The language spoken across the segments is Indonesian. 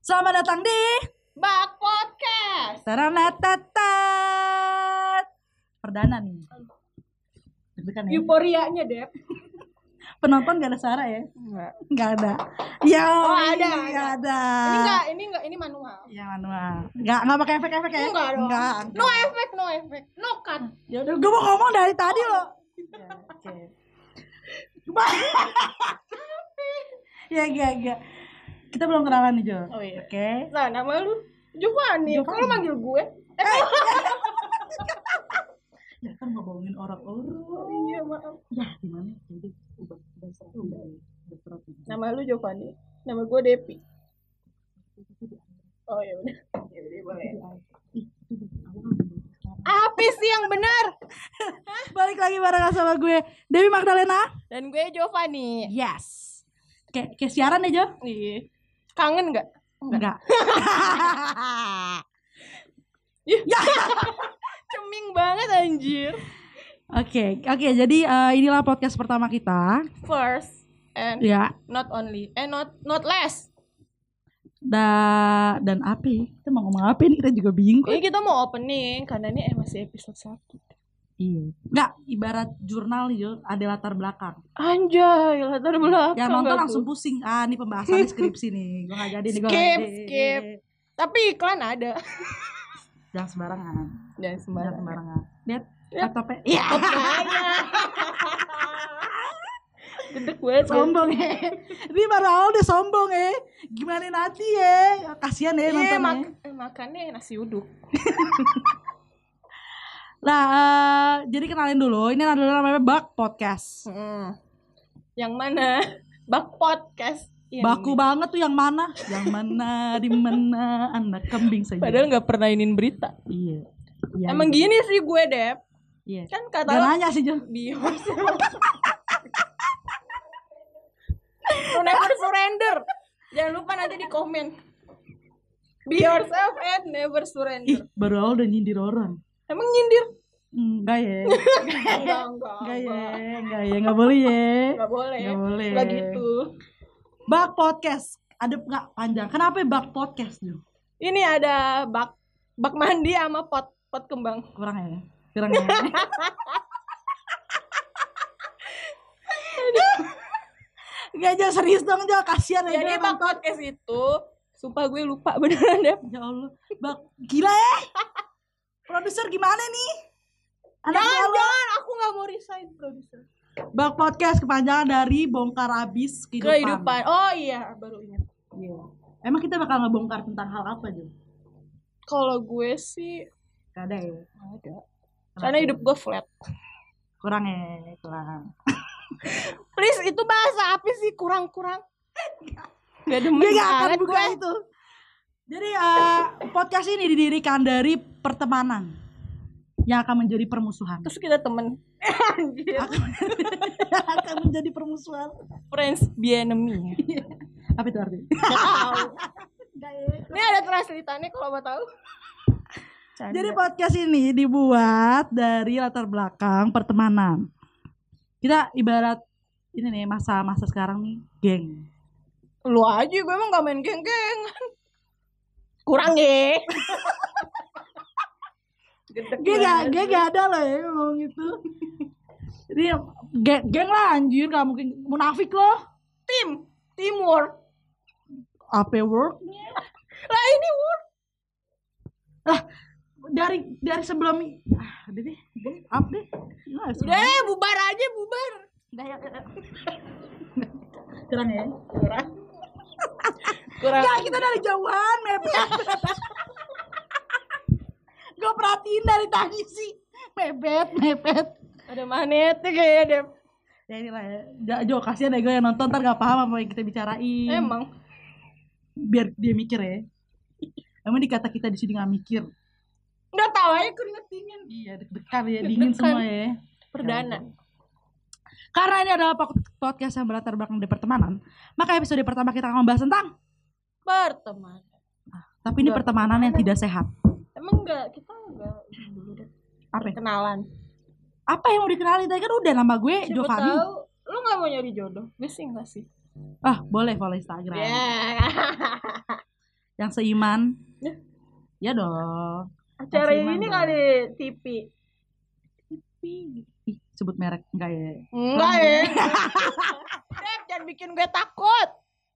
Selamat datang di Bak Podcast. Taranatatat. Perdana nih. Deg-degan ya? Euforianya, Dep. Penonton gak ada suara ya? Gak ada. Ya, Oh, ada. Gak ada. Ini manual. Ya manual. Gak pakai efek-efek ya? Enggak dong. Enggak. No effect, no cut. Ya udah, gue mau ngomong dari tadi loh. Ya, oke. Ya, enggak. Kita belum kenalan nih, Jo. Oh iya. Oke. Nah, nama lu Giovanni. Kok lu manggil gue? Ya kan mau bohongin orang-orang. Iya, maaf. Ya, gimana? Jadi udah Nama lu Giovanni. Nama gue Depi. Oh ya udah. Ya udah boleh. Apa sih yang benar? Balik lagi bareng sama gue Dewi Magdalena Dan gue Giovanni. Yes. Kayak siaran ya, Jo? Iya. Kangen enggak? Enggak. Ya. Ceming banget anjir. Oke. Jadi inilah podcast pertama kita. First and Ya. not only not less. Dan apa? Kita mau ngomong apa nih? Kita juga bingung. Ini kita mau opening karena ini masih episode 1. Iya. Enggak, ibarat jurnal nih, Jo, ada latar belakang. Anjay, latar belakang. Yang nonton langsung pusing. Ini pembahasan skripsi nih. Gue gak jadi nih. Skip. Tapi iklan ada. Jangan sembarangan. Jangan sembarangan. Lihat Ya. laptopnya. Iya. Gedek banget. Sombong ya. Ini baru awal udah sombong ya. Gimana nanti ya? Kasihan ya nontonnya. Makannya nasi uduk. Nah, jadi kenalin dulu. Ini adalah namanya Bak Podcast. Yang mana? Bak Podcast. Baku banget tuh yang mana? Yang mana? Di mana? Anak kambing saja. Padahal nggak pernah inin berita. Iya. Emang gitu. gini sih gue, Dep. Iya. Kan kata Gak nanya sih, Jo. Bios. Never surrender. Jangan lupa nanti di komen. Be yourself and never surrender. Baru awal udah nyindir orang. Emang nyindir? Enggak ya. Enggak. Enggak boleh ya. Enggak boleh. Enggak gitu. Bak Podcast. Ada enggak panjang? Kenapa Bak Podcast, Jo? Ini ada bak mandi sama pot kembang. Kurang ya. Gak aja serius dong, Jo, kasihan ya. Jadi Bak Podcast itu sumpah gue lupa beneran, Dep. Ya Allah, Bak, gila ya. Produser gimana nih? Jangan, aku gak mau resign, produser. Bak Podcast kepanjangan dari bongkar abis kehidupan. Oh iya, baru ingat. Iya. Emang kita bakal ngebongkar tentang hal apa, Jo? Kalau gue sih Gak ada ya? ada. Karena hidup gue flat. Kurang. Please, itu bahasa apa sih? Kurang. Gak demen Dia gak akan banget buka gue. itu. Jadi podcast ini didirikan dari pertemanan yang akan menjadi permusuhan. Terus kita temen. Anjir. Akan menjadi permusuhan. Friends be enemy. Apa itu artinya? Gak tahu. Ini ada translatannya kalau mau tahu. Canda. Jadi podcast ini dibuat dari latar belakang pertemanan. Kita ibarat ini nih masa-masa sekarang nih, geng. Lu aja, gue emang gak main geng-gengan. Kurang ya. Gue gak ada lah ya ngomong gitu. Jadi geng lah anjir, gak mungkin munafik loh. Teamwork. Apa work? Lah ini work. Lah dari sebelum udah deh. Nah, Udah deh, bubar aja. Udah ya. Kurang ya? Kurang. Ya kita dari jauhan mepet. Gue perhatiin dari tadi sih mepet. Ada magnetnya kayaknya, Dep. Ya inilah ya. Jo, kasihan ya gue yang nonton ntar gak paham apa yang kita bicarain. Emang. Biar dia mikir ya. Emang dikata kita di sini gak mikir. Udah tahu aja keringet dingin. Iya, deg-degan ya, dingin semua ya. Perdana. Karena ini adalah podcast yang berlatar belakang dari pertemanan, maka episode pertama kita akan membahas tentang Pertemanan. tapi ini pertemanan yang tidak sehat. Emang kita enggak dulu deh. Apa? Kenalan. Apa yang mau dikenalin tadi kan udah nama gue Siapa Giovanni. tahu lu enggak mau nyari jodoh. Gue sih enggak sih. Boleh follow Instagram. Yeah. yang seiman. Ya. Ya dong. Acara Yang seiman ini dong. kali TV. Ih, sebut merek enggak ya? Enggak ya. Dep, jangan bikin gue takut.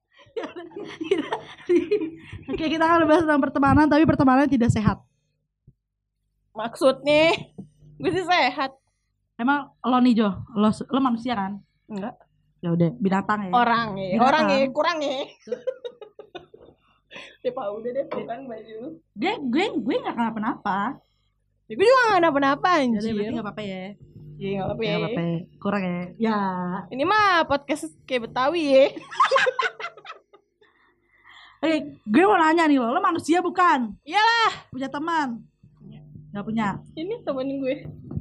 Oke, kita akan bahas tentang pertemanan, tapi pertemanan tidak sehat. Maksudnya gue sih sehat. Emang lo nih Jo, lo manusia kan? Enggak. Ya udah, binatang ya. Orang ya, Binatang. orang ya, kurang ya. Dep, udah deh, bukan baju. Gue nggak kenapa-napa. Ya, gue juga gak kenapa-napa Jadi anjir. berarti nggak apa-apa ya. Iya gak apa-apa. Nggak apa-apa. Kurang ya. Ya. Ini mah podcast kayak Betawi ya. Gue mau nanya nih lo manusia bukan? Iyalah. Punya teman? Nggak punya. Ini temen gue.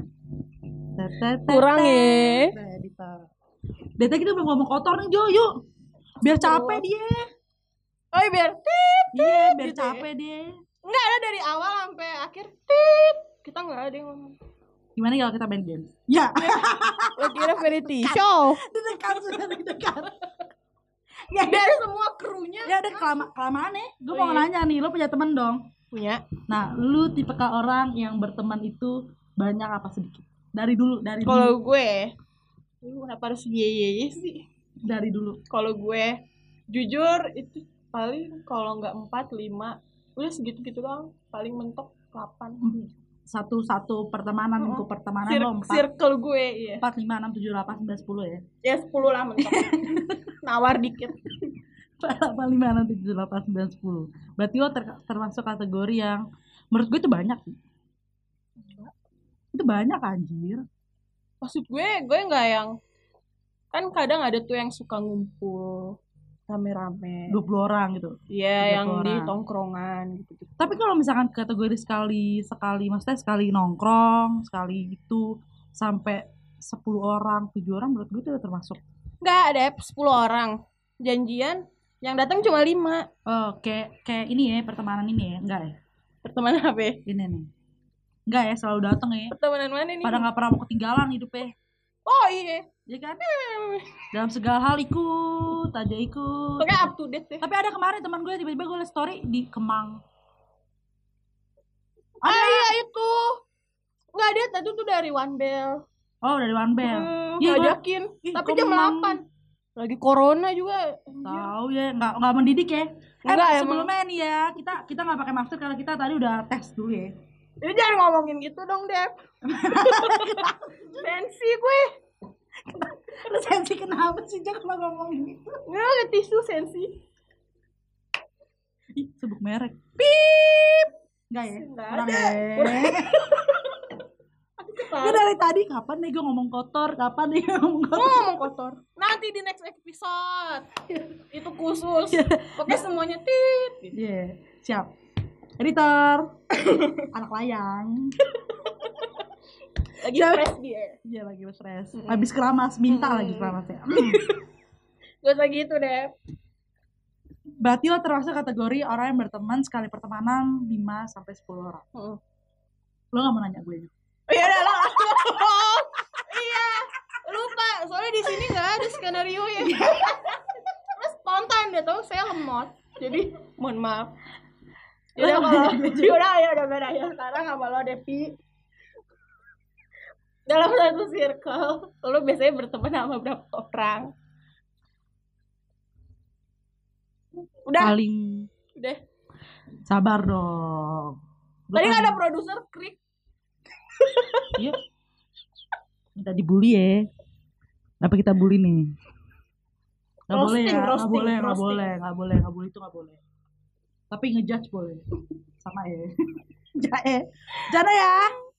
Kurang ya. Deta kita belum ngomong kotor nih Jo, yuk. Biar capek dia. Oh biar tit. Iya, biar gitu ya. capek dia. Enggak ada dari awal sampai akhir tit. Kita enggak ada yang ngomong. Gimana kalau kita main game? Ya. Lo kira variety show? Dekat sudah dekat. Dari semua krunya. Ya udah kelamaan nih. Gue Oh, mau iya. nanya nih, lo punya teman dong? Punya. Nah, lu tipikal orang yang berteman itu banyak apa sedikit? Dari dulu. Kalau gue, lu kenapa harus ye sih? Dari dulu. Kalau gue jujur itu paling kalau nggak 4, 5 udah segitu-gitu doang, paling mentok 8. Satu pertemanan, lingkup pertemanan lo 4, Circle gue iya. 4, 5, 6, 7, 8, 9, 10 ya. Ya 10 lah mentok. Nawar dikit. 4, 5, 6, 7, 8, 9, 10. Berarti lo termasuk kategori yang menurut gue itu banyak sih. Itu banyak anjir. Maksud gue nggak yang kan kadang ada tuh yang suka ngumpul rame-rame. 20 orang gitu. Iya, 30 yang di orang. tongkrongan gitu. Tapi kalau misalkan kategori sekali maksudnya sekali nongkrong, sekali itu sampai 10 orang, 7 orang menurut gue itu udah termasuk. Enggak, ada 10 orang. Janjian yang datang cuma 5. Oh, kayak ini ya, pertemanan ini ya, enggak ya? Pertemanan apa ya? Ini nih. Enggak ya, selalu datang ya. Pertemanan mana nih? Pada enggak pernah mau ketinggalan hidupnya. Oh iya. Ya kan? Dalam segala hal ikut, aja ikut. Pokoknya up to date deh. Tapi ada kemarin teman gue tiba-tiba gue liat story di Kemang. Iya itu. Enggak ada, tadi tuh dari One Bell. Oh, dari One Bell. Iya, ngajakin. Tapi jam Kemang. 8. Lagi corona juga. Tahu ya, enggak mendidik ya. Enggak, sebelumnya nih ya, kita enggak pakai masker karena kita tadi udah tes dulu ya. Jadi jangan ngomongin gitu dong, Dep. Sensi gue. Lu sensi kenapa sih jangan kalau ngomongin gitu? Nggak ada tisu sensi. Ih, sebut merek. Pip. Enggak ya? Nggak Kurang ada. ya. Gue dari tadi kapan nih gue ngomong kotor, kapan nih gue ngomong kotor. Ngomong kotor. Nanti di next episode. Itu khusus. Pokoknya semuanya tit. Iya, siap. Editor. Anak layang. Lagi stress dia. Iya, lagi stres. Habis keramas, minta lagi keramas ya. Gak usah gitu, Dep. Berarti lo termasuk kategori orang yang berteman sekali pertemanan 5 sampai 10 orang. Lo gak mau nanya gue? Ya udah lah. Iya. Lupa, soalnya di sini nggak ada skenario ya. Terus spontan deh tau, saya lemot. Jadi mohon maaf. Yaudah kalau udah beda ya. Sekarang sama lo Devi. Dalam satu circle, lo biasanya berteman sama berapa orang? Udah. Paling Udah. sabar dong. Tadi nggak ada produser krik. Iya. Minta dibully ya. Apa kita bully nih? Gak boleh ya, gak boleh itu gak boleh. Tapi ngejudge boleh. Sama ya. Jangan ya.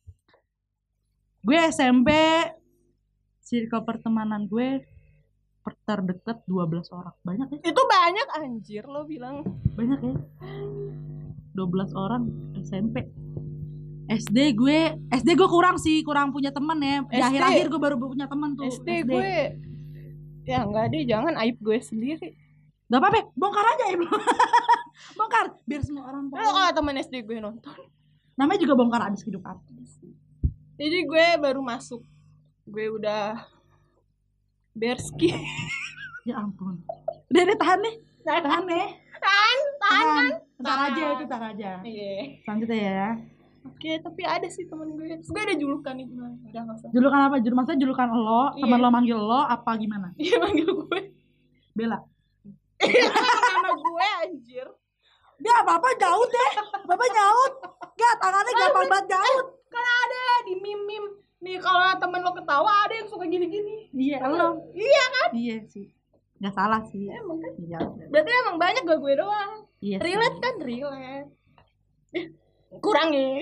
Gue SMP circle pertemanan gue terdekat 12 orang. Banyak ya? Itu banyak anjir lo bilang. Banyak ya? 12 orang SMP. SD gue kurang punya teman ya. Di SD. akhir-akhir gue baru punya teman tuh. SD gue ya enggak deh, jangan aib gue sendiri. Gak apa-apa, bongkar aja ya. Bongkar biar semua orang tahu. Oh, teman SD gue nonton. Namanya juga bongkar abis hidup artis. Jadi gue baru masuk. Gue udah berski. Ya ampun. Udah tahan nih. Tahan nih. Tahan. Ntar aja itu, ntar aja. Iya. Selanjutnya ya. Oke, tapi ada sih temen gue. Terus gue ada julukan nih gimana? Udah nggak usah. Julukan apa? Maksudnya julukan lo, Iya. teman lo manggil lo apa gimana? Iya manggil gue. Bella. Nama gue anjir. Dia apa-apa nyaut deh. Bapak nyaut. Gak, tangannya gampang banget nyaut. Karena ada di meme-meme. Nih kalau temen lo ketawa ada yang suka gini-gini. Iya, lo. Iya kan? Iya sih. Gak salah sih. Emang kan? Iya. Berarti emang banyak gak gue doang. Iya. Relate kan? Relate. Kurang nih.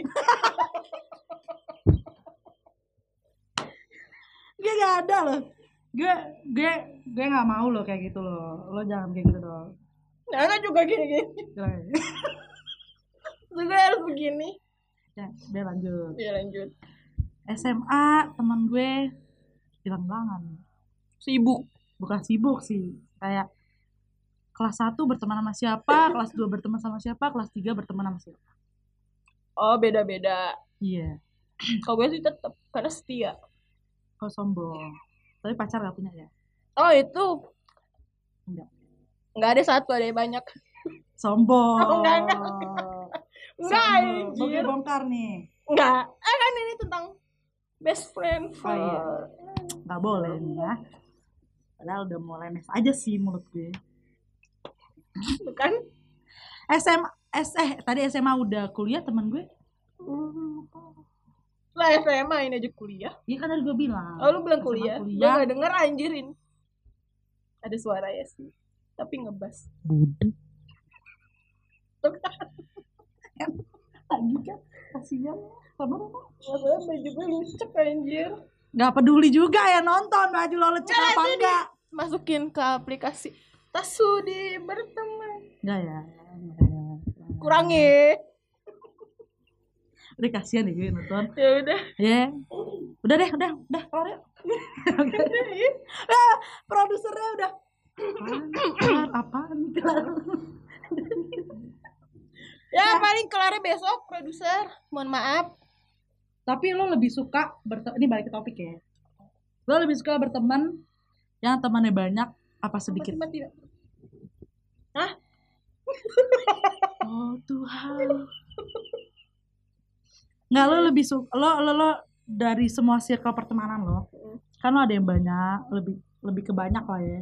Gue gak ada loh. Gue gak mau loh kayak gitu loh. Lo jangan kayak gitu dong. Nana juga gini-gini. Juga harus begini. Ya, udah lanjut. Iya lanjut. SMA teman gue bilang-bilangan. Sibuk. Bukan sibuk sih. Kayak kelas 1 berteman sama siapa, kelas 2 berteman sama siapa, kelas 3 berteman sama siapa. Oh beda-beda. Iya. Kalau gue sih tetap karena setia. Kok sombong. Tapi pacar gak punya ya? Oh itu Enggak ada satu, ada yang banyak. sombong. Oh, enggak. Enggak Gue anjir. bongkar nih. Enggak. Kan ini tentang best friend. Oh iya. Gak boleh nih ya. Padahal udah mulai mes aja sih mulut gue. Bukan? Tadi SMA udah kuliah teman gue. Lah SMA ini aja kuliah. Iya kan tadi gue bilang. Oh lu bilang SMA kuliah? Gue gak denger anjirin. Ada suara ya sih. Tapi ngebas. Budak. Lagi kan kasihan sama Masalah baju gue lecek anjir. nggak peduli juga ya nonton baju lo lecek apa enggak. Masukin ke aplikasi Tasudi berteman. Enggak ya. Kurangi. Udah kasihan deh gue nonton. Ya udah. Ya. Udah deh, udah kelar yuk. Produsernya udah. Apaan nih kelar? Ya paling kelarnya besok produser. Mohon maaf. Tapi lo lebih suka ini balik ke topik ya. Lo lebih suka berteman yang temannya banyak apa sedikit? Mati. Hah? Oh Tuhan. Nggak, lo lebih suka lo dari semua circle pertemanan lo. Kan lo ada yang banyak, lebih ke banyak lah ya.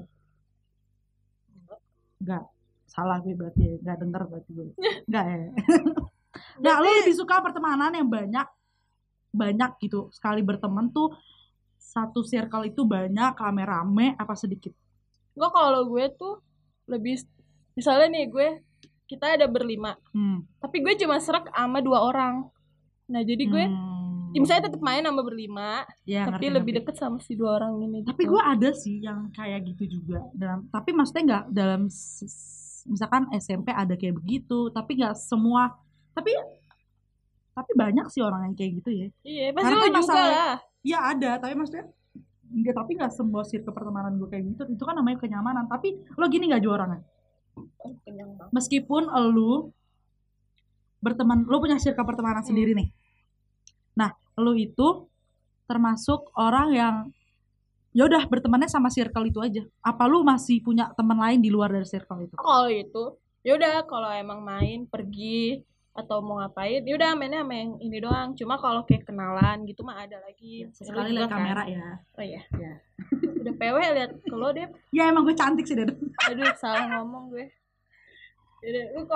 Enggak. Salah gue berarti ya. Enggak denger berarti gue. Enggak ya. Nggak, lo lebih suka pertemanan yang banyak gitu. Sekali berteman tuh satu circle itu banyak, rame-rame apa sedikit? Gue kalau gue tuh lebih, misalnya nih kita ada berlima, tapi gue cuma serak sama 2 orang. Nah jadi gue misalnya tetap main sama berlima, ya, tapi ngerti. lebih deket sama si 2 orang ini. Tapi gue ada sih yang kayak gitu juga. Tapi maksudnya nggak dalam misalkan SMP ada kayak begitu, tapi nggak semua. Tapi banyak sih orang yang kayak gitu ya. Iya, pasti Karena lo kan juga lah. Iya ada, tapi maksudnya nggak semua circle pertemanan gue kayak gitu. Itu kan namanya kenyamanan. Tapi lo gini nggak orangnya? Meskipun lo berteman, lo punya circle pertemanan sendiri nih. Nah, lo itu termasuk orang yang ya udah bertemannya sama circle itu aja. Apa lo masih punya teman lain di luar dari circle itu? Kalau itu, ya udah kalau emang main pergi atau mau ngapain, ya udah mainnya sama yang ini doang. Cuma kalau kayak kenalan gitu mah ada lagi. Sekali lihat kamera ya. Oh iya. Ya. Udah PW lihat kalau dia. Ya emang gue cantik sih deh. Aduh, salah ngomong gue. Yaudah, lu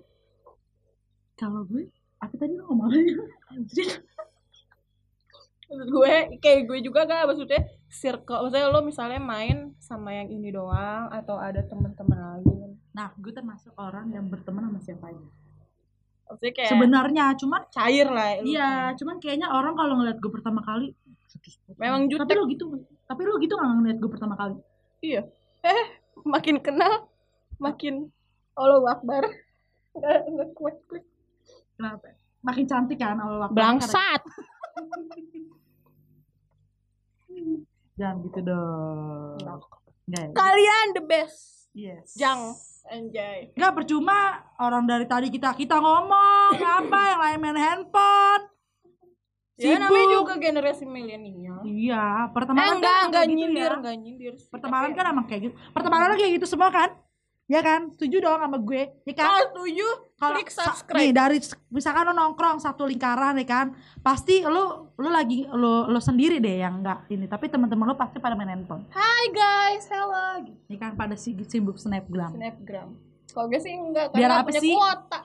Kalau gue, apa tadi lo ngomongnya? gue kayak gue juga gak, maksudnya circle, maksudnya lo misalnya main sama yang ini doang atau ada teman-teman lagi. Nah, gue termasuk orang yang berteman sama siapa aja. Maksudnya kayak Sebenarnya cuman cair lah. Iya, cuman kayaknya orang kalau ngeliat gue pertama kali memang jutek. Tapi lo gitu nggak ngeliat gue pertama kali? Iya. Makin kenal makin Allahu Akbar. Enggak klik. Kenapa? Makin cantik kan Allahu Akbar. Bangsat. Jangan gitu dong. Enggak. Kalian the best. Yes. Jang. Anjay. Enggak percuma orang dari tadi kita ngomong apa yang lain main handphone. Ya namanya juga generasi milenial. Iya, pertemanan enggak nyindir, enggak nyindir. Pertemanan kan emang kayak gitu. Pertemanan kayak gitu semua kan? Ya kan? Setuju dong sama gue. Ya kan? Kalau setuju, klik subscribe. Nih dari misalkan lo nongkrong satu lingkaran ya kan, pasti lo lagi lo sendiri deh yang enggak ini, tapi teman-teman lo pasti pada main handphone. Hai guys, hello. Ya kan pada sibuk snapgram. Kalau gue sih enggak, Biar karena apa punya sih? kuota.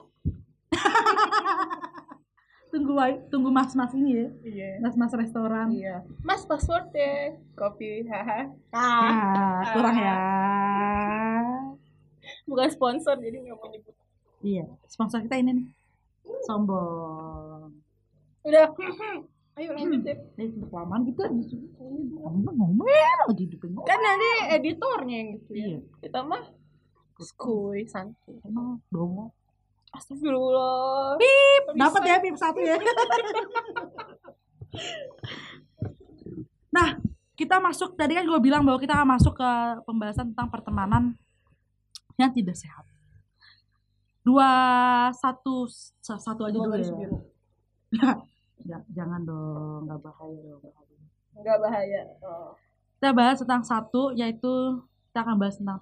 Tunggu mas ini ya. Iya. Mas restoran. Iya. Mas password ya. Kopi. Haha. Kurang ya. Bukan sponsor jadi nggak mau nyebut. Iya, sponsor kita ini nih. Sombong. Udah. Ayo lanjut deh. Untuk kelamaan gitu ngomel aja di pengen. Kan nanti editornya yang gitu ya. Iya. Kita mah skuy santai. Emang dongo. Astagfirullah. Dapat ya pip 1 ya. Nah, kita masuk tadi kan gue bilang bahwa kita akan masuk ke pembahasan tentang pertemanan yang tidak sehat. Satu aja dulu ya. Jangan dong, nggak bahaya. Nggak bahaya. Oh. Kita bahas tentang satu, yaitu kita akan bahas tentang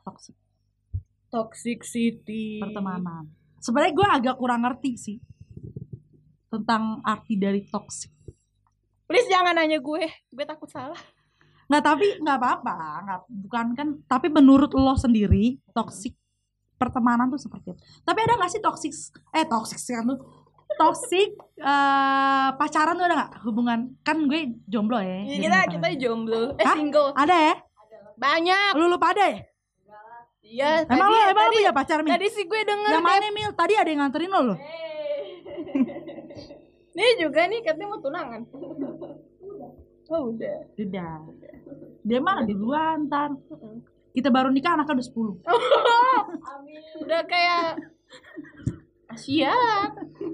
toxicity pertemanan. Sebenarnya gue agak kurang ngerti sih tentang arti dari toxic. Please jangan nanya gue takut salah. Nggak, tapi nggak apa-apa, bukan kan. Tapi menurut lo sendiri toxic pertemanan tuh seperti apa? Tapi ada nggak sih toxic pacaran tuh ada nggak hubungan? Kan gue jomblo ya. Kita jomblo. Single. Ada ya? Banyak. Lu lupa ada ya? Iya. Emang lu punya pacar, Mil? Tadi sih gue denger. Yang mana, Mil? Tadi ada yang nganterin lo. Nih juga nih katanya mau tunangan. Oh udah. Dia mah duluan ntar. Kita baru nikah anaknya udah 10. Amin. Udah kayak siap.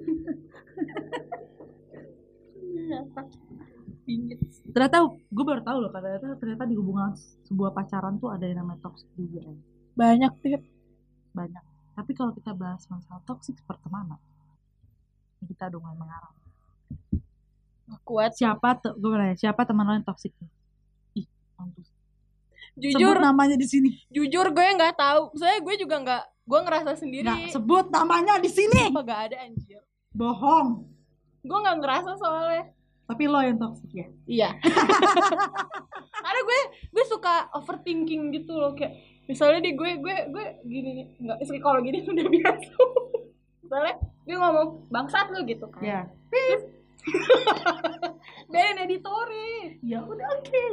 Ternyata gue baru tahu loh, ternyata di hubungan sebuah pacaran tuh ada yang namanya toxic juga. Banyak, Pip. Banyak. Tapi kalau kita bahas masalah toxic pertemanan, kita udah mulai mengarah. Kuat. Siapa teman lo yang toxic? Ih, mampus. Jujur, sebut namanya di sini. Jujur gue nggak tahu. Soalnya gue juga nggak, gue ngerasa sendiri. Nggak, sebut namanya di sini. Apa gak ada anjir? Bohong. Gue nggak ngerasa soalnya. Tapi lo yang toxic ya? Iya. Karena gue suka overthinking gitu loh, kayak misalnya di gue gini, nggak, kalau gini udah biasa. Misalnya gue ngomong bangsat lo gitu kan. Iya. Dan editori. Ya udah oke.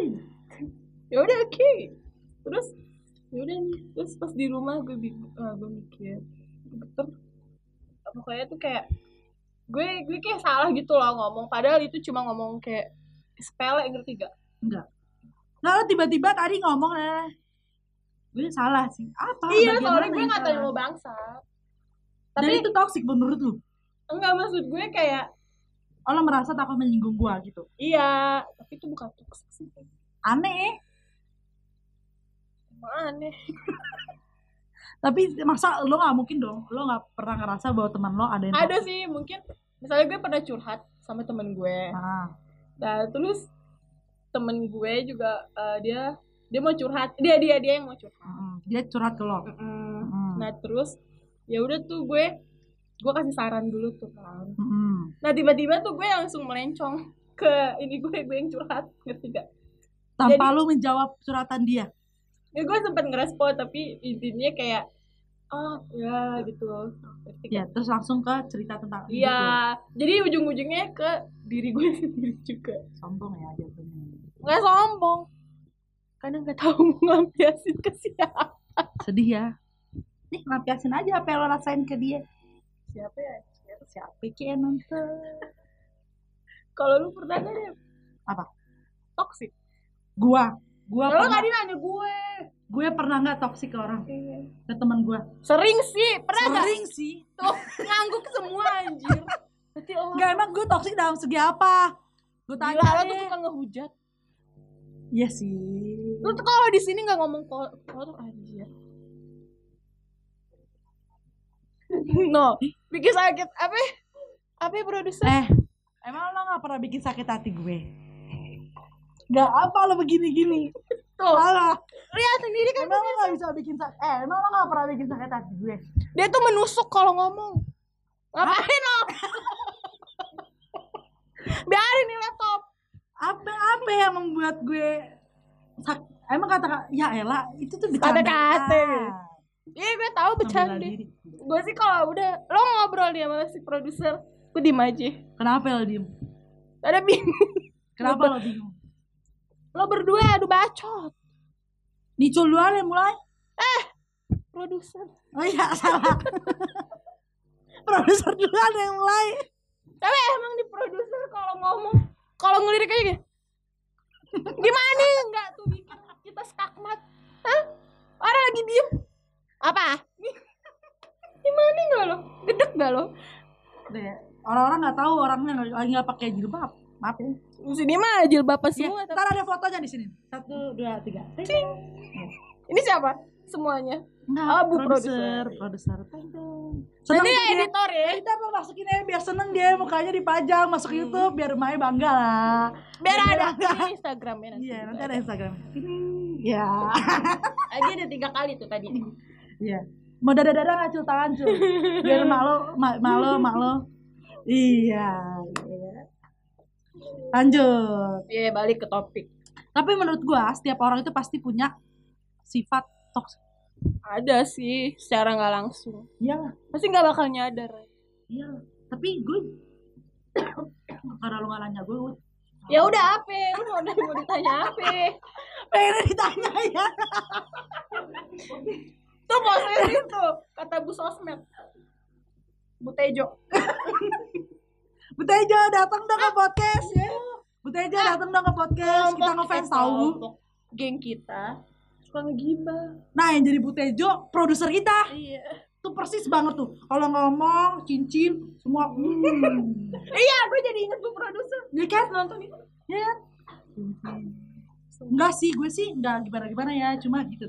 Terus terus pas di rumah gue mikir pokoknya tuh kayak gue kayak salah gitu loh ngomong, padahal itu cuma ngomong kayak sepele, ngerti gak? Enggak. Nah, tiba-tiba tadi ngomong gue salah sih. Apa? Iya, soalnya gue ngatain lo bangsa. Tapi itu toxic menurut lu? Enggak, maksud gue kayak lo merasa takut menyinggung gue gitu? Iya, tapi itu bukan toxic sih. Aneh. Tapi masa lo nggak mungkin dong, lo nggak pernah ngerasa bahwa teman lo ada yang ada sih, mungkin misalnya gue pernah curhat sama temen gue. Nah terus temen gue juga dia mau curhat, dia yang mau curhat. Dia curhat ke lo. Nah terus ya udah tuh gue kasih saran dulu tuh kan. Nah tiba-tiba tuh gue langsung melencong ke ini, gue yang curhat, ngerti gak? Tanpa lo menjawab curhatan dia. Ya gue sempat ngerespon, tapi intinya kayak ya gitu. Ya terus langsung ke cerita tentang iya, jadi ujung-ujungnya ke diri gue sendiri juga. Sombong ya jatuhnya. Nggak sombong, kadang nggak tahu mau ngampiasin ke siapa. Sedih ya. Nih ngampiasin aja apa yang lo rasain ke dia. Siapa yang nonton. Kalau lu pernah gak deh apa toxic? Gua kalau tadi nanya gue pernah nggak toksik ke orang? Ke teman gue sering sih. Sih tuh ngangguk semua anjir. Nggak, emang gue toksik dalam segi apa? Gue tanya lo tuh suka ngehujat. Iya sih. Lu tuh kalau di sini nggak ngomong kotor anjir. No, bikin sakit apa produser? Emang lo nggak pernah bikin sakit hati gue? Gak apa lo begini-gini. Tuh, Salah. lihat sendiri kan. Emang lo gak bisa bikin emang lo gak pernah bikin sakit hati gue? Dia tuh menusuk kalau ngomong. Ngapain lo? Biarin nih laptop. Apa yang membuat gue emang kata ya elah itu tuh bercanda. Kata-kata. Iya gue tahu bercanda. Gue sih kalau udah lo ngobrol dia sama si produser, gue diem aja. Kenapa lo diem? Ada bingung. Kenapa lo bingung? Lo berdua adu bacot. Nicul duluan yang mulai. Produser. Oh iya salah. Produser duluan yang mulai. Tapi emang di produser kalau ngomong, kalau ngelirik aja gini. Gimana nih enggak tuh bikin kita skakmat. Hah? Orang lagi diem. Apa? Gimana enggak lo? Gedek enggak lo? Orang-orang nggak tahu orangnya lagi nggak pakai jilbab. Maaf ya. Di sini mah jilbab semua. Ntar ada fotonya di sini. 1, 2, 3. Ini siapa? Semuanya. Nah, Bu produser. Seneng Nanti tuh dia. editor ya. Kita mau masukin aja biar seneng dia mukanya dipajang masuk YouTube biar rumahnya bangga lah. Biar ada ini Instagramnya nanti. Iya, nanti ada Instagram. Iya. Lagi ada 3 kali tuh tadi. Iya. Mau dada-dada ngacul tangan cuy. Biar mak lo. Iya. Lanjut. Iya, balik ke topik. Tapi menurut gua setiap orang itu pasti punya sifat toksik. Ada sih, secara nggak langsung. Iya. Pasti nggak bakal nyadar. Iya. Tapi gue karena lu nggak nanya gue. Ya udah apa? Lu mau ditanya apa? Pengen ditanya ya. Tuh posesif tuh, kata Bu Sosmed. Bu Tejo. Bu Tejo datang dong ke podcast ya. Bu Tejo datang dong ke podcast. Kita ngefans tahu. Geng kita suka ngegibah. Nah, yang jadi Bu Tejo produser kita. Iya. Tuh persis banget tuh. Kalau ngomong cincin semua. Iya, gue jadi inget Bu produser. Ya kan? Nonton itu. Ya. Enggak sih, gue sih enggak gimana-gimana ya, cuma gitu.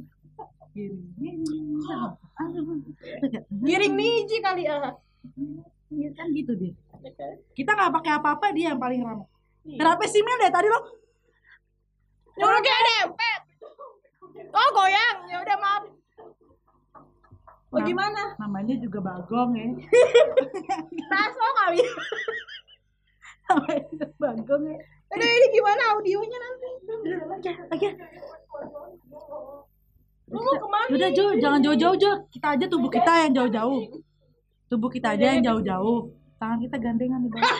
Giring niji kali ah. Iya kan gitu deh. Kita nggak pakai apa-apa, dia yang paling ramah. Iya. Kenapa sih Mel dari tadi lo? Nyuruh kayak dempet. Oh goyang, ya udah maaf. Bagaimana? Namanya juga Bagong ya. Taso kali. Namanya juga Bagong ya. Aduh ini gimana audionya nanti? Oke. Lu mau kemana? Udah Jo, jangan jauh-jauh Jo. Kita aja tubuh kita yang jauh-jauh. Tubuh kita aja yang jauh-jauh. Tangan kita gandengan di bawah.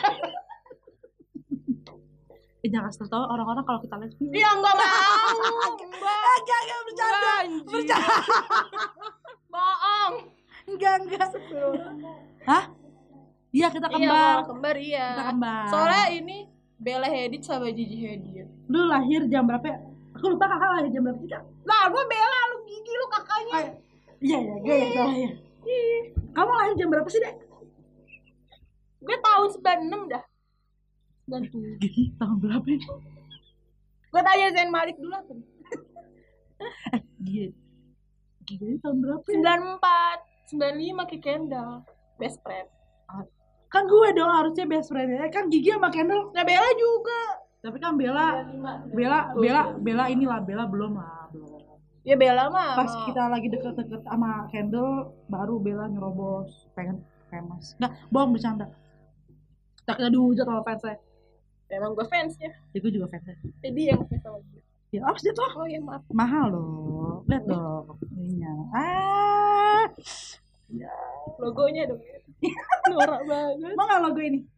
Jangan kasih tau orang-orang kalau kita lesbi. Iya enggak mau. Enggak bercanda. Bercanda. Bohong. Enggak. Hah? Iya kita kembar. Iya, kembar iya. Kita kembar. Soalnya ini Bella Hadid sama Gigi Hadid. Lu lahir jam berapa ya? Aku lupa kakak lahir jam berapa sih kak? Lah gue Bella, lu Gigi, lu kakaknya. Iya gue yang salah ya. Kamu lahir jam berapa sih dek? Gue tahun 96 dah. 97. Gigi tahun berapa ini? Gue tanya Zain Malik dulu tuh. Gigi ini tahun berapa ya? 94, 95 ke Kendall. Best friend. Kan gue dong harusnya best friend ya. Kan Gigi sama Kendall. Nah Bella juga. Tapi kan Bella inilah Bella belum. Ya Bella mah. Pas kita lagi deket-deket sama Kendall, baru Bella nyerobos pengen famous. Enggak, bohong bercanda. Kita dihujat sama fansnya. Emang gue fansnya. Ya gue juga fansnya. Jadi yang fans sama gue. Ya harus dia tuh. Oh ya maaf. Mahal loh. Lihat dong ininya. Ya. Logonya dong. Norak banget. Mau nggak logo ini?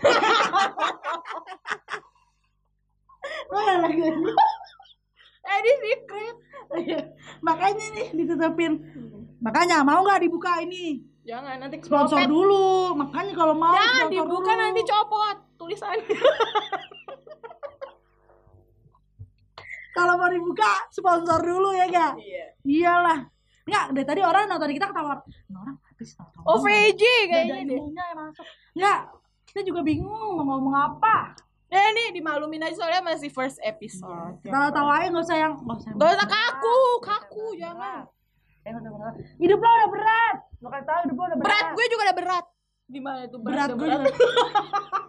Mau nggak logo ini? Ini secret. Makanya nih ditutupin. Makanya mau nggak dibuka ini? Jangan nanti Sponsor dulu. Makanya kalau mau jangan sponsor dibuka dulu. nanti copot tulisannya. Kalau mau dibuka sponsor dulu ya gak? Iya. Iyalah. Enggak, dari tadi orang nonton kita ketawa. Ini orang habis tahu. Oh VJ kayaknya deh. Yang masuk. Enggak, kita juga bingung mau ngomong apa. Ya nih dimaklumin aja soalnya masih first episode. Tahu-tahu aja enggak usah yang Gak usah kaku jangan. Hidup lo udah berat. Lo kan tahu hidup lo udah berat. Berat gue juga udah berat. Di mana itu Berat gue berat. juga.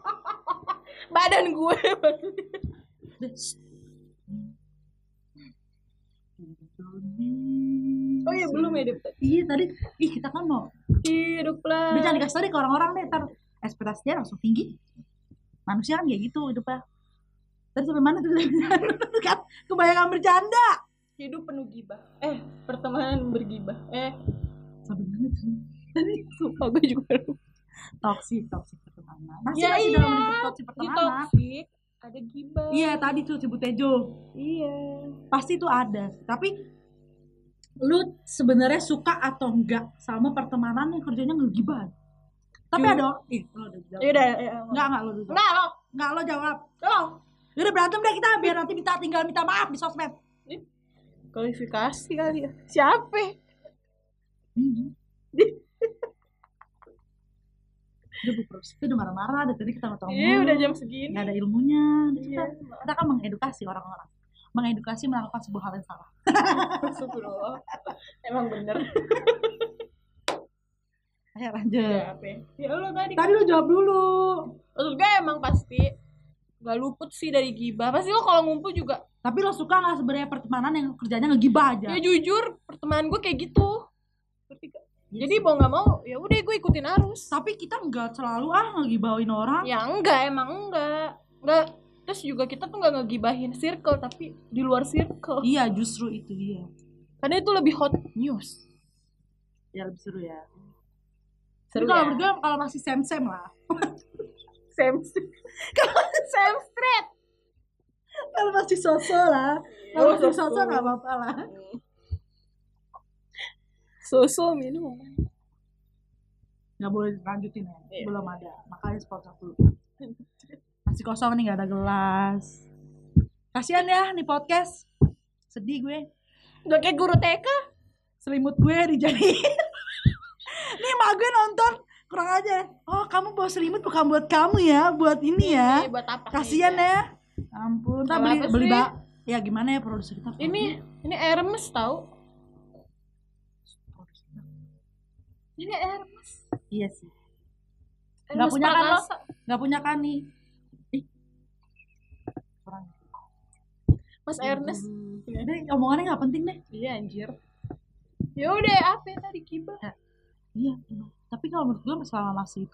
Badan gue. Oh iya belum ya Dep. Iya tadi, kita kan mau Hiduplah. udah jangan dikasih tau deh ke orang-orang deh, ntar ekspektasinya langsung tinggi. Manusia kan kayak gitu hidupnya. Tadi sampai mana tuh kan kebanyakan bercanda. Hidup penuh gibah. Pertemanan bergibah. Sampai mana tuh? Tadi Sumpah gue juga lupa. toksik pertemanan. Masih Ya dalam iya. lingkup toksik Di pertemanan. toksik ada gibah. Iya tadi tuh sebut Tejo. Iya. Pasti itu ada. Tapi lu sebenarnya suka atau enggak sama pertemanan yang kerjanya ngegibah? Tapi ada lo udah jawab. Yaudah, Enggak lo dulu. Enggak lo jawab. Udah berantem deh kita biar nanti tinggal minta maaf di sosmed. Kualifikasi kali ya. Siapa? Udah bukros, itu udah marah-marah dari tadi kita ngomong. Iya udah jam segini. Nggak ada ilmunya. Iya. Kita kan mengedukasi orang-orang. Mengedukasi melakukan sebuah hal yang salah. Astagfirullah. Emang bener. Ayo lanjut. Ya, apa? Ya lo tadi. Tadi lo jawab dulu. Maksud gue emang pasti gak luput sih dari gibah. Pasti lo kalau ngumpul juga. Tapi lo suka nggak sebenarnya pertemanan yang kerjanya ngegibah aja? Ya jujur, pertemanan gue kayak gitu. Jadi mau nggak mau, ya udah gue ikutin arus. Tapi kita nggak selalu ngegibahin orang. Ya enggak, emang enggak. Terus juga kita tuh nggak ngegibahin circle, tapi di luar circle. Iya, justru itu dia. Karena itu lebih hot news. Ya lebih seru ya. Seru kalau ya? berdua kalau masih same lah. Same straight. Kalau masih sosok lah. Kalau masih sosok nggak apa-apa lah. Susu minum. Nggak boleh lanjutin ya. Iya. Belum ada. Makanya sponsor dulu. Masih kosong nih, nggak ada gelas. Kasian ya nih podcast. Sedih gue. Udah kayak guru TK. Selimut gue dijadiin. Nih mak gue nonton kurang aja. Oh kamu bawa selimut bukan buat kamu ya, buat ini ya. Buat apa? Kasian ya. Ampun. Ntar beli ya gimana ya produser kita? Ini Hermes tahu. Ini Hermes. Iya sih. Nggak punya kan lo? Nggak punya kan nih? Kurang. Mas Ernest. Deh, omongannya nggak penting deh. Iya anjir. Ya udah apa yang tadi gibah? Iya. Tapi kalau menurut gue selama masih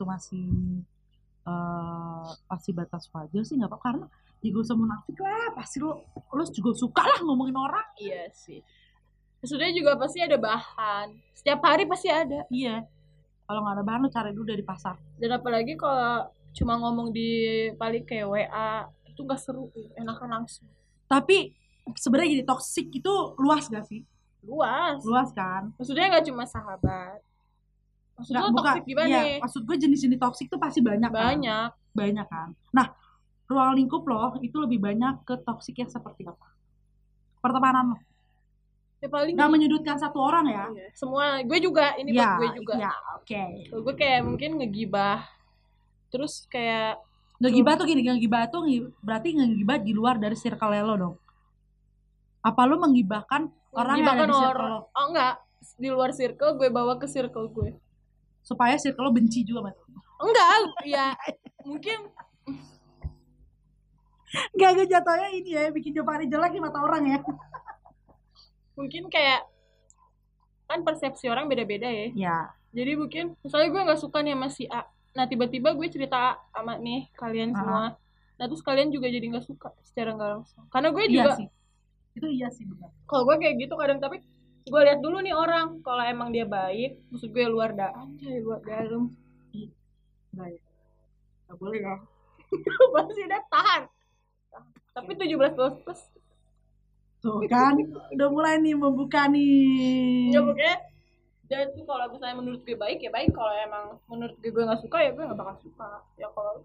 batas wajar sih nggak apa-apa, karena ya gue usah munafik lah, pasti lo juga suka lah ngomongin orang. Iya sih. Maksudnya juga pasti ada bahan. Setiap hari pasti ada. Iya. Kalau nggak ada bahan lo cari dulu dari pasar. Dan apalagi kalau cuma ngomong di paling kayak WA itu nggak seru, enakan langsung. Tapi sebenarnya jadi toksik itu luas gak sih? Luas kan? Maksudnya nggak cuma sahabat. Maksudnya toksik gimana? Iya, maksud gue jenis-jenis toksik tuh pasti banyak kan? Nah, ruang lingkup lo itu lebih banyak ke toksik yang seperti apa? Pertemanan lo. Ya paling nggak menyudutkan satu orang ya. Iya. Semua gue juga ini buat gue juga. Ya, oke. Gue kayak mungkin ngegibah. Terus kayak ngegibah tuh gini, ngegibah tuh berarti ngegibah di luar dari circle lo dong. Apa lo menggibahkan orang yang ada di circle lo? Oh enggak, di luar circle gue bawa ke circle gue. Supaya circle lo benci juga sama lo. Enggak, ya mungkin Gak jatuhnya ini ya, bikin Jopari jelek di mata orang ya. Mungkin kayak kan persepsi orang beda-beda ya. Ya. Jadi mungkin misalnya gue nggak suka nih sama si A. Nah tiba-tiba gue cerita sama nih kalian semua. Nah terus kalian juga jadi nggak suka secara nggak langsung. Karena gue juga. Iya sih. Itu iya sih benar. Kalau gue kayak gitu kadang, tapi gue lihat dulu nih orang. Kalau emang dia baik, maksud gue luar dalam. Baik. Gak boleh ya. Pasti deh tahan. Tapi 17 plus. Tuh kan, udah mulai nih membuka nih. Ya pokoknya dan tuh kalau misalnya menurut gue baik ya baik, kalau emang menurut gue nggak suka ya gue nggak bakal suka. Ya kalau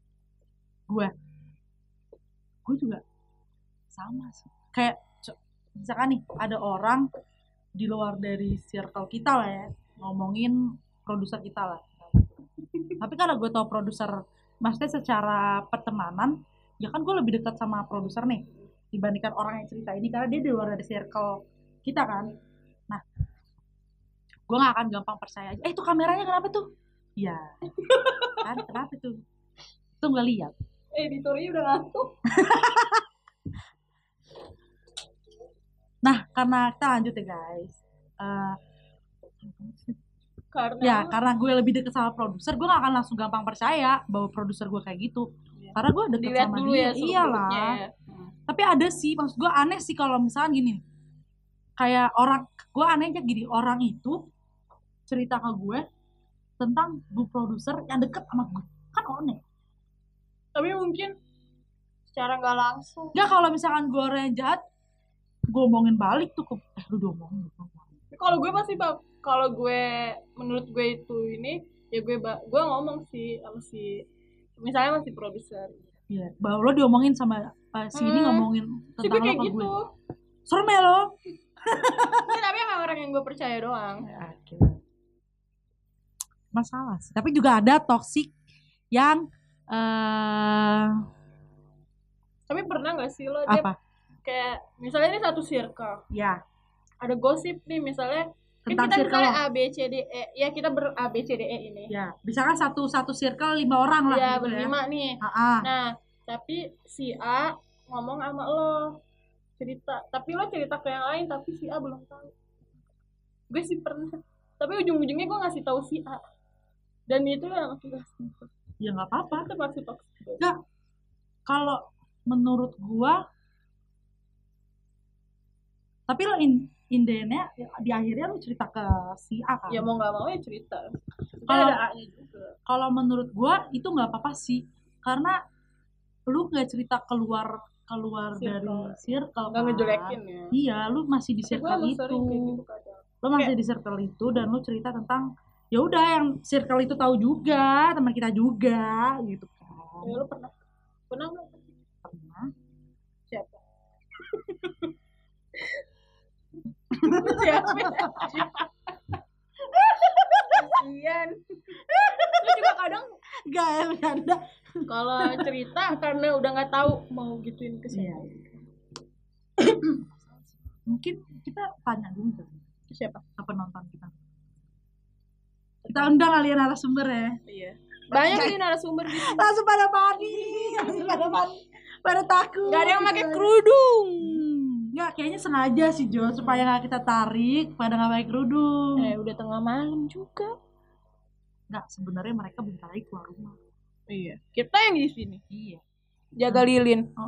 gue juga sama sih. Kayak misalkan nih ada orang di luar dari circle kita lah ya, ngomongin produser kita lah. Tapi karena gue tau produser, maksudnya secara pertemanan, ya kan gue lebih dekat sama produser nih dibandingkan orang yang cerita ini, karena dia di luar dari circle kita kan. Nah, gue gak akan gampang percaya aja. Itu kameranya kenapa tuh? Ya, kan kenapa tuh? Tuh gak lihat. Editornya udah ngantuk. Nah, karena kita lanjut ya guys. karena gue lebih deket sama produser, gue gak akan langsung gampang percaya bahwa produser gue kayak gitu. Karena gue deket dilihat sama dulu dia, ya, iyalah. ya. Tapi ada sih, maksud gue aneh sih kalau misalnya gini, kayak gue anehnya gini, orang itu cerita ke gue tentang bu produser yang deket sama gue, kan aneh. Tapi mungkin secara nggak langsung. Nggak, kalau misalkan gue orang yang jahat, gue omongin balik tuh ke, lu diomongin. Kalau gue pasti kalau gue menurut gue itu ini ya gue ngomong sih sama si misalnya masih produser. Iya, bahwa lo diomongin sama si ini ngomongin tentang lo ke gue. Serem ya lo. Ya, tapi emang orang yang gue percaya doang. Ya, masalah sih. Tapi juga ada toxic yang tapi pernah nggak sih lo apa? Kayak misalnya ini satu circle. Ya. Ada gosip nih misalnya tentang kita circle misalnya A B C D E, ya kita A B C D E ini. Ya, misalkan satu circle 5 orang lah. Ya, gitu berlima ya. nih. Nah, tapi si A ngomong sama lo cerita, tapi lo cerita ke yang lain tapi si A belum tahu. Gue sih pernah, tapi ujung-ujungnya gue ngasih tahu si A, dan itu yang aku kasih. Ya nggak apa-apa, itu maksud toxic. Nggak, kalau menurut gua, tapi lo indennya di akhirnya lo cerita ke si A kan? Ya mau nggak mau ya cerita. Kalau ada A-nya juga. Kalau menurut gua itu nggak apa-apa sih, karena lu nggak cerita keluar dari circle, nggak ngejelekin ya. Iya, lu masih di circle itu. Gitu, lu masih di circle itu dan lu cerita tentang ya udah yang circle itu tahu juga, teman kita juga gitu kan. Ya lu pernah nggak? Pernah. Siapa? Siapa? Kasian. Lu juga kadang gak ya, bercanda. Kalau cerita karena udah nggak tahu mau gituin ke siapa. Mungkin kita tanya dulu kan. Siapa? Apa nonton kita? Kita undang kalian narasumber ya. Iya. Banyak nih narasumber gitu. Langsung pada panik. Pada takut. Gak ada yang pakai kerudung. Nggak, kayaknya sengaja sih Jo, supaya nggak kita tarik pada nggak pakai kerudung. Udah tengah malam juga. Nggak, sebenarnya mereka bentar lagi keluar rumah. Iya. Kita yang di sini. Iya. Jaga lilin. Oh.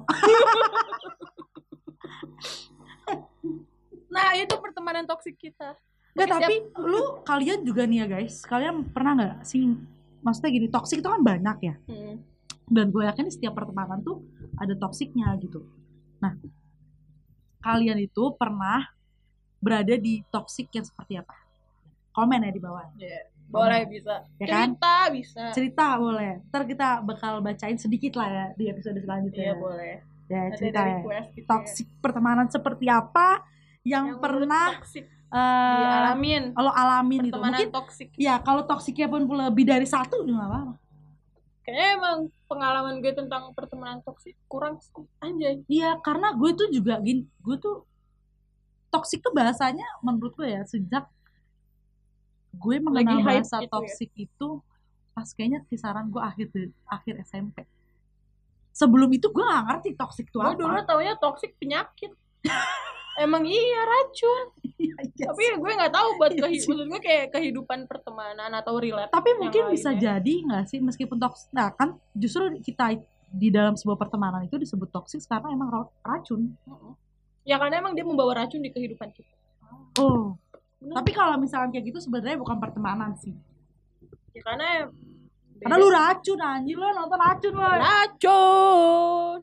Nah, itu pertemanan toksik kita. Nggak, tapi kalian juga nih ya guys, kalian pernah nggak sih, maksudnya gini, toksik itu kan banyak ya. Dan gue yakin setiap pertemanan tuh ada toksiknya gitu. Nah, kalian itu pernah berada di toksik yang seperti apa? Komen ya di bawah. Yeah. Boleh, bisa. Ya kan? Bisa. Cerita boleh. Ntar kita bakal bacain sedikit lah ya di episode selanjutnya. Iya, boleh. Ya, cerita ya. Toksik pertemanan seperti apa yang pernah dialamin. Kalau alamin itu. Mungkin toksik. Ya, kalau toksiknya pun lebih dari satu juga apa-apa. Kayaknya emang pengalaman gue tentang pertemanan toksik kurang sih. Anjay. Iya, karena gue tuh juga gini, gue tuh toksik tuh bahasanya menurut gue ya sejak gue mengenal bahasa toksik ya? Itu pas kayaknya kisaran gue akhir SMP. Sebelum itu gue gak ngerti toksik itu apa. Gue dulu taunya toksik penyakit. Emang iya racun. Tapi gue nggak tahu buat maksud gue kayak kehidupan pertemanan atau relate. Tapi mungkin bisa jadi nggak sih meskipun toksik. Nah kan justru kita di dalam sebuah pertemanan itu disebut toksik karena emang racun. Ya karena emang dia membawa racun di kehidupan kita. Oh. Bener. Tapi kalau misalnya kayak gitu sebenarnya bukan pertemanan sih. Ya karena lu racun anjir, lo nonton racun lo. Racun.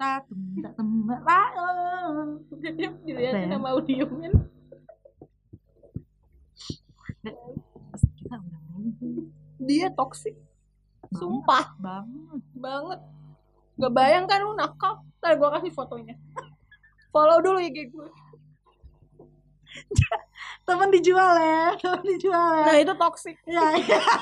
Dilihatin nama audiomen. Kita udah dia toksik. Sumpah banget. Gak bayang kan lu nakal. Ntar gue kasih fotonya. Follow dulu IG gue. Temen dijual ya. Nah itu toksik. Ya.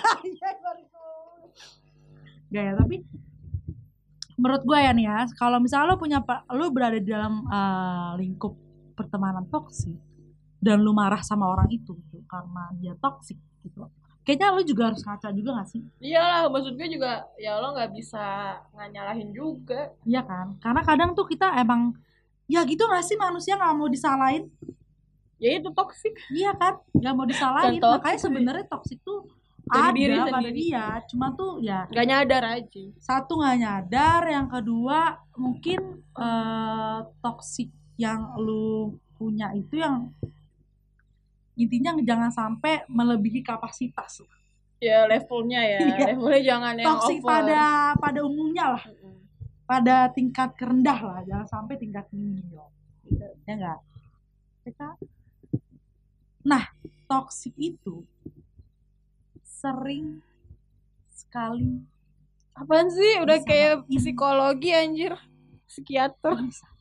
Gak ya, tapi menurut gue ya nih ya, kalau misalnya lu berada di dalam lingkup pertemanan toksik dan lu marah sama orang itu gitu, karena dia toksik gitu, kayaknya lu juga harus ngaca juga gak sih? Iyalah, maksud gue juga ya lo gak bisa nyalahin juga. Iya kan, karena kadang tuh kita emang ya gitu gak sih, manusia gak mau disalahin. Ya itu toksik. Iya kan, nggak mau disalahin. Dan Makanya toxic sebenarnya toksik tuh dari diri ada pada sendiri. dia, cuma tuh ya Gak nyadar aja. satu nggak nyadar, yang kedua mungkin toksik yang lu punya itu yang intinya jangan sampai melebihi kapasitas. Ya levelnya ya, Iya. levelnya jangan yang Toksik over. pada umumnya lah, pada tingkat rendah lah, jangan sampai tingkat tinggi loh. Ya enggak? Nah, toksik itu sering sekali. Apaan sih? Udah Bisa kayak makin. psikologi anjir. Psikiater.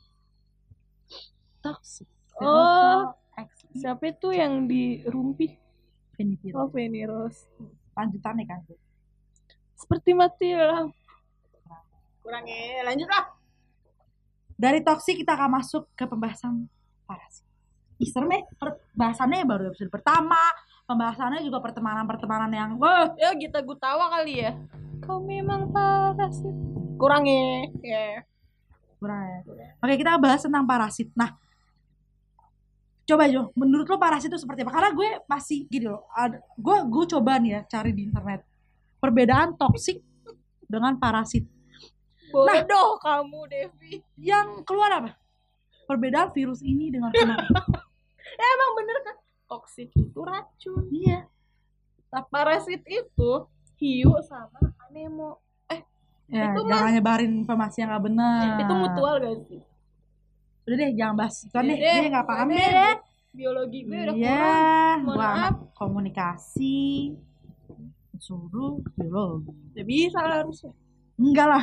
Toksik. Oh, siapa itu yang di Rumpi? Fenty Oh, Feni Rose. Lanjutannya kan. Seperti mati lampu. Kurang ya, lanjut lah. Dari toksik kita akan masuk ke pembahasan parasit. Serem ya, bahasannya baru episode pertama. Pembahasannya juga pertemanan-pertemanan yang ya kita gutawa kali ya. Kau memang parasit. Kurang ya. Kurang ya. Oke, kita bahas tentang parasit. Nah, coba Jo, menurut lo parasit itu seperti apa? Karena gue masih gini loh, gue coba nih ya cari di internet perbedaan toksik dengan parasit. Bodoh kamu, Devi. Yang keluar apa? Perbedaan virus ini dengan penyakit. Ya emang bener kan? Toksik itu racun. Iya. Parasit itu hiu sama anemo. Ya, itu jangan nyebarin informasi yang gak benar. Itu mutual gak sih? Udah deh, jangan bahas itu deh. Dia Dia gak paham deh. Biologi gue udah Iya, kurang. Mohon gua maaf. anak komunikasi. Suruh biologi. Ya bisa lah harusnya. Enggak lah.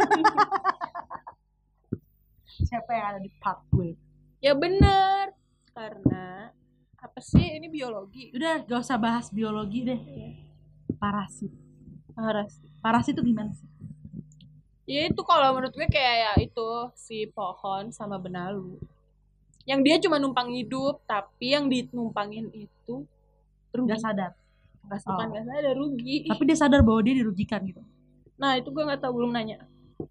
Siapa yang ada di part gue? Ya bener. Karena apa sih ini biologi? Udah gak usah bahas biologi deh. Parasit. Parasit itu gimana sih? Ya itu kalau menurut gue kayak ya itu si pohon sama benalu. Yang dia cuma numpang hidup, tapi yang dinumpangin itu rugi. Gak sadar. Bukan gak sadar, rugi. Tapi dia sadar bahwa dia dirugikan gitu. Nah itu gue gak tahu, belum nanya.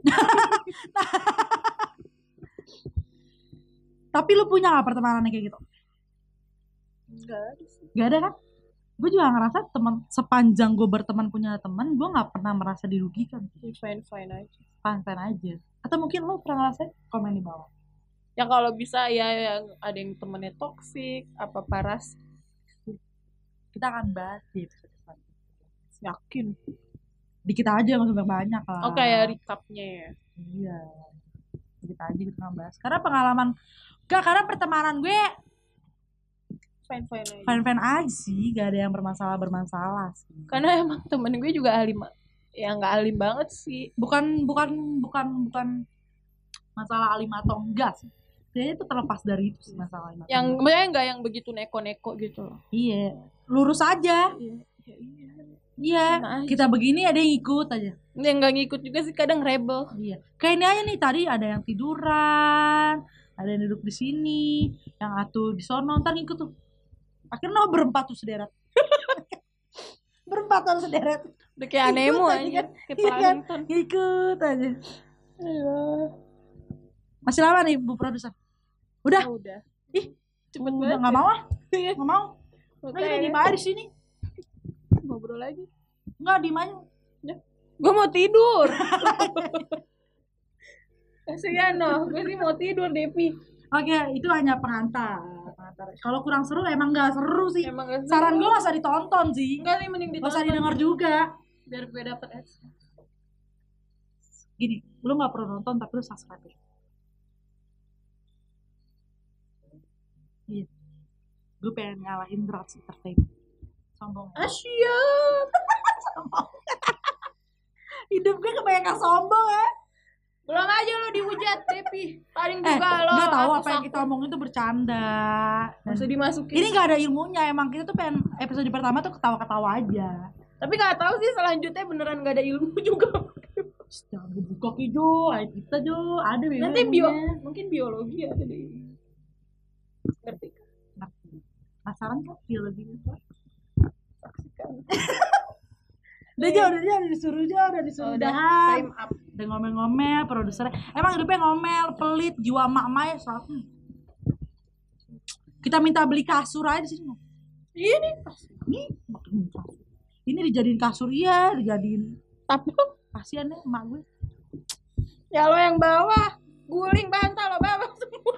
Tapi lu punya gak pertemanan kayak gitu? Enggak ada sih. Gak ada kan? Gue juga ngerasa teman, sepanjang gue berteman punya teman, gue gak pernah merasa dirugikan. Fine aja. Fine aja. Atau mungkin lo pernah ngerasain? Komen di bawah. Ya kalau bisa ya yang ada yang temennya toksik, apa paras. Kita akan bahas di episode selanjutnya. Yakin. Dikit aja, gak usah banyak lah. Oh kayak recapnya ya. Iya. Dikit aja kita akan bahas. Karena pengalaman, karena pertemanan gue fine aja sih, gak ada yang bermasalah sih. Karena emang temen gue juga alim, ya nggak alim banget sih. Bukan masalah alim atau enggak sih. Kayaknya itu terlepas dari itu sih masalah alim. Yang sebenarnya nggak yang begitu neko-neko gitu loh. Iya, lurus aja. Iya. Kita begini ada yang ikut aja. Yang nggak ngikut juga sih kadang rebel. Iya. Kayak ini aja nih, tadi ada yang tiduran, ada yang duduk di sini, yang atuh di sono, ntar ngikut tuh. Akhirnya berempat tuh sederet. Berempat tuh sederet. Udah kayak anemo aja. Kayak Paddington. Ikut aja. Ayo. Masih lama nih Bu Produser. Udah. Udah. Ih, cepet udah banget. nggak mau ah. Nggak mau. Nggak di mana di sini. Ngobrol lagi. Nggak di mana. Gue mau tidur. Kasihan loh. Gue sih mau tidur Devi. Oke, itu hanya pengantar. Kalau kurang seru emang nggak seru sih. Emang gak seru. Saran gue nggak usah ditonton sih. Enggak nih, mending ditonton. Nggak usah didengar juga. Biar gue dapet AdSense. Gini, lu nggak perlu nonton tapi lu subscribe ya. Iya. Gue pengen ngalahin Rats Entertainment. Sombong. Siap. Sombong. Hidup gue kebanyakan sombong ya. Pulang aja lo dihujat Devi. Paling juga lo. Nggak tahu apa yang kita omongin itu bercanda. Nggak usah dimasukin. Ini nggak ada ilmunya, emang kita tuh pengen episode pertama tuh ketawa-ketawa aja. Tapi nggak tahu sih selanjutnya beneran nggak ada ilmu juga. Jangan dibuka Jo, ayo kita Jo, ada memang. Nanti mungkin biologi ada deh. Ngerti? Penasaran kan biologi itu? Saksikan. Udah disuruh Udah dah. time up. Udah ngomel-ngomel, produsernya emang hidupnya ngomel, pelit, jiwa mak-mak ya soalnya. Kita minta beli kasur aja di sini. Ini Ini dijadiin kasur, iya, dijadiin. tapi Kasihan deh emak gue. ya lo yang bawah, guling bantal lo bawah semua.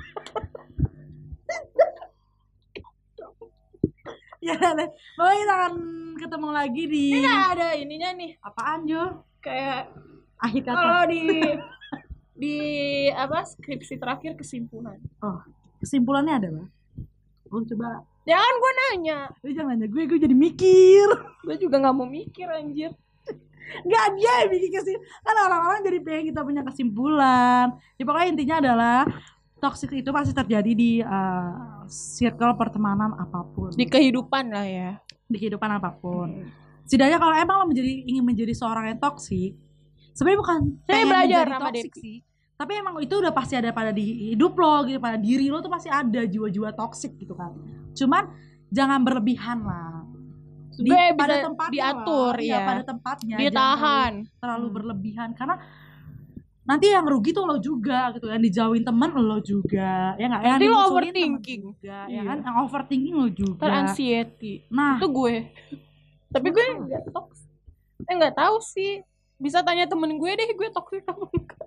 Ya deh. Pokoknya kita akan ketemu lagi di Ini nggak ada ininya nih, apaan Jo? kayak Akhir kata. kalau di apa skripsi terakhir kesimpulan. Oh, kesimpulannya adalah lu coba. Jangan gue nanya, Lu jangan nanya gue jadi mikir. gue juga nggak mau mikir anjir. Nggak, dia yang bikin kan orang-orang jadi pengen kita punya kesimpulan. Ya, pokoknya intinya adalah toxic itu pasti terjadi di circle pertemanan apapun, Di kehidupan lah ya. di kehidupan apapun. Setidaknya kalau emang lo ingin menjadi seorang yang toksik, sebenarnya bukan Saya pengen belajar menjadi sama toksik Depi. sih, tapi emang itu udah pasti ada pada di hidup lo gitu, pada diri lo tuh pasti ada jiwa-jiwa toksik gitu kan. Cuman jangan berlebihan lah. Sebenarnya Pada bisa tempatnya diatur lah, ya. pada tempatnya. Ditahan. Jangan terlalu berlebihan karena nanti yang rugi tuh lo juga gitu, yang dijauhin temen lo juga, ya nggak, yang Nanti lo dimusuhin overthinking. temen juga, Iya. ya kan, yang overthinking lo juga. Teranxiety. Nah, Itu gue. Tapi gue nggak toxic. Nggak tahu sih. Bisa tanya temen gue deh, gue toxic apa enggak.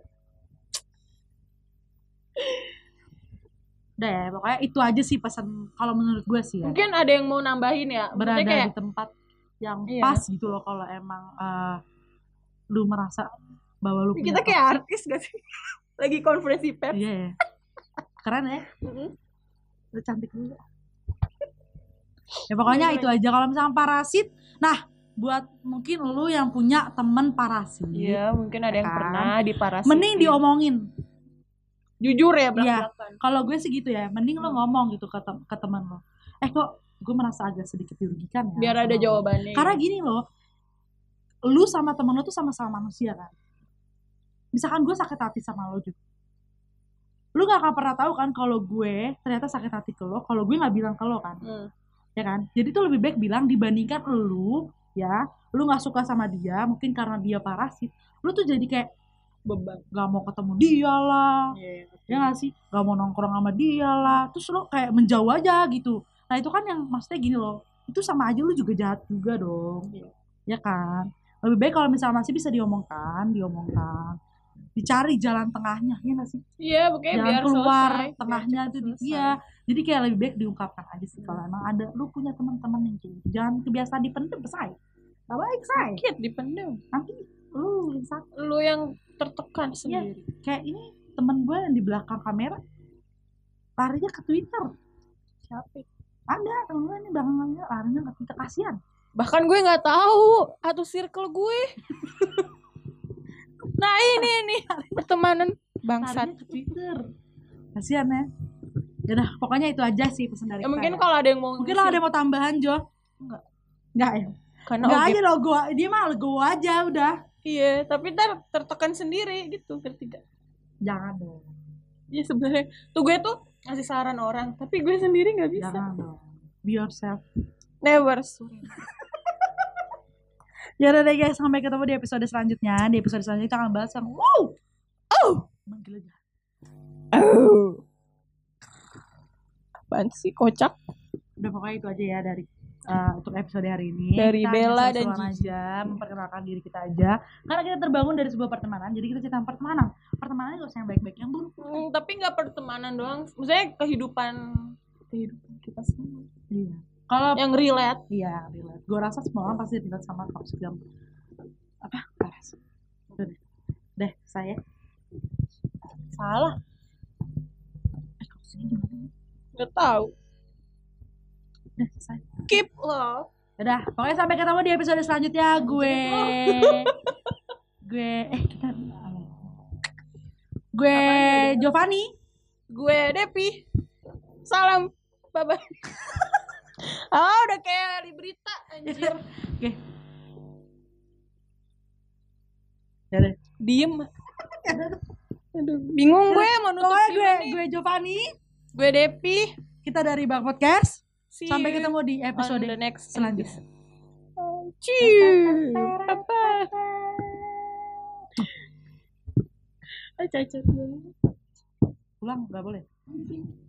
udah ya, pokoknya itu aja sih pesan kalau menurut gue sih ya. Mungkin ada yang mau nambahin ya. Berada Maksudnya kayak di tempat yang Iya. pas gitu loh kalau emang lu merasa bahwa lu punya kita kayak toxic. artis gak sih? Lagi konferensi pers. Iya ya. Keren ya. Lu cantik juga. Ya pokoknya itu aja kalau misalnya parasit. Nah, buat mungkin lu yang punya temen parasit. Iya, mungkin ada yang Kan? pernah diparasitin. Mending diomongin. Jujur ya, Iya. belak-belakan. Kalau gue sih gitu ya, mending lo ngomong gitu ke temen lo. Kok gue merasa agak sedikit dirugikan ya. Biar ada sama lo. jawabannya. Karena gini loh, lu sama temen lo tuh sama-sama manusia kan. Misalkan gue sakit hati sama lo juga, lu gak akan pernah tahu kan kalau gue ternyata sakit hati ke lo, kalau gue gak bilang ke lo kan. Ya kan, jadi tuh lebih baik bilang dibandingkan lu ya, lu gak suka sama dia, mungkin karena dia parasit, lu tuh jadi kayak beban. gak mau ketemu dia lah, Iya. ya gak sih, gak mau nongkrong sama dia lah, terus lo kayak menjauh aja gitu. Nah itu kan yang maksudnya gini loh, itu sama aja lu juga jahat juga dong. Iya. Ya kan, lebih baik kalau misalnya masih bisa diomongkan, dicari jalan tengahnya, ya nggak sih? Iya, pokoknya Jangan biar keluar selesai, tengahnya biar tuh cepet selesai. iya. Jadi kayak lebih baik diungkapkan aja sih kalau emang ada lu punya teman-teman yang kayak gitu. Jangan kebiasaan dipendem, say. Gak baik, say. Sakit dipendem. Nanti lu yang sakit. Lu yang tertekan sendiri. Kayak ini temen gue yang di belakang kamera larinya ke Twitter. Siapa? Ada temen gue ini belakangnya larinya ke Twitter, kasihan. Bahkan gue nggak tahu atau circle gue. Nah ini pertemanan bangsat. Larinya ke Twitter. Kasihan ya. Yaudah, pokoknya itu aja sih pesan dari Ya mungkin kita. kalau ada yang mau Mungkin lah ada yang mau tambahan, Jo. Enggak ya. karena Enggak OG. aja lo gua, dia mah go aja udah. Iya, tapi ntar tertekan sendiri gitu bertiga. Jangan dong. Iya sebenarnya tuh gue tuh ngasih saran orang, tapi gue sendiri nggak bisa. Jangan dong. Be yourself. Never. Ya udah deh guys, sampai ketemu di episode selanjutnya. Di episode selanjutnya kita akan bahas yang manggil aja. Apaan sih kocak? Udah pokoknya itu aja ya dari untuk episode hari ini. Dari Kita Bella hanya dan seru-seruan Gigi. aja, memperkenalkan diri kita aja. Karena kita terbangun dari sebuah pertemanan, jadi kita cerita pertemanan. Pertemanannya gak usah yang baik-baik, yang buruk. Tapi nggak pertemanan doang, maksudnya kehidupan kita semua. Iya. Kalau Yang relate. iya, relate. Gue rasa semua orang pasti relate sama toxic yang paras. Udah deh, saya. Salah. Toxicnya gimana? Nggak tahu. Udah, selesai. Keep love. Udah, pokoknya sampai ketemu di episode selanjutnya. Gue Giovanni. Gue Depi. Salam. Bye bye. Udah kayak di berita anjir. Oke. Ya deh. Diem. Aduh, bingung gue mau nutup Pokoknya gimana nih. gue Giovanni. Gue Depi. Kita dari Bang Podcast. See Sampai you ketemu di episode on the next selanjutnya. Cheers. Apa? Cacat. Pulang nggak boleh.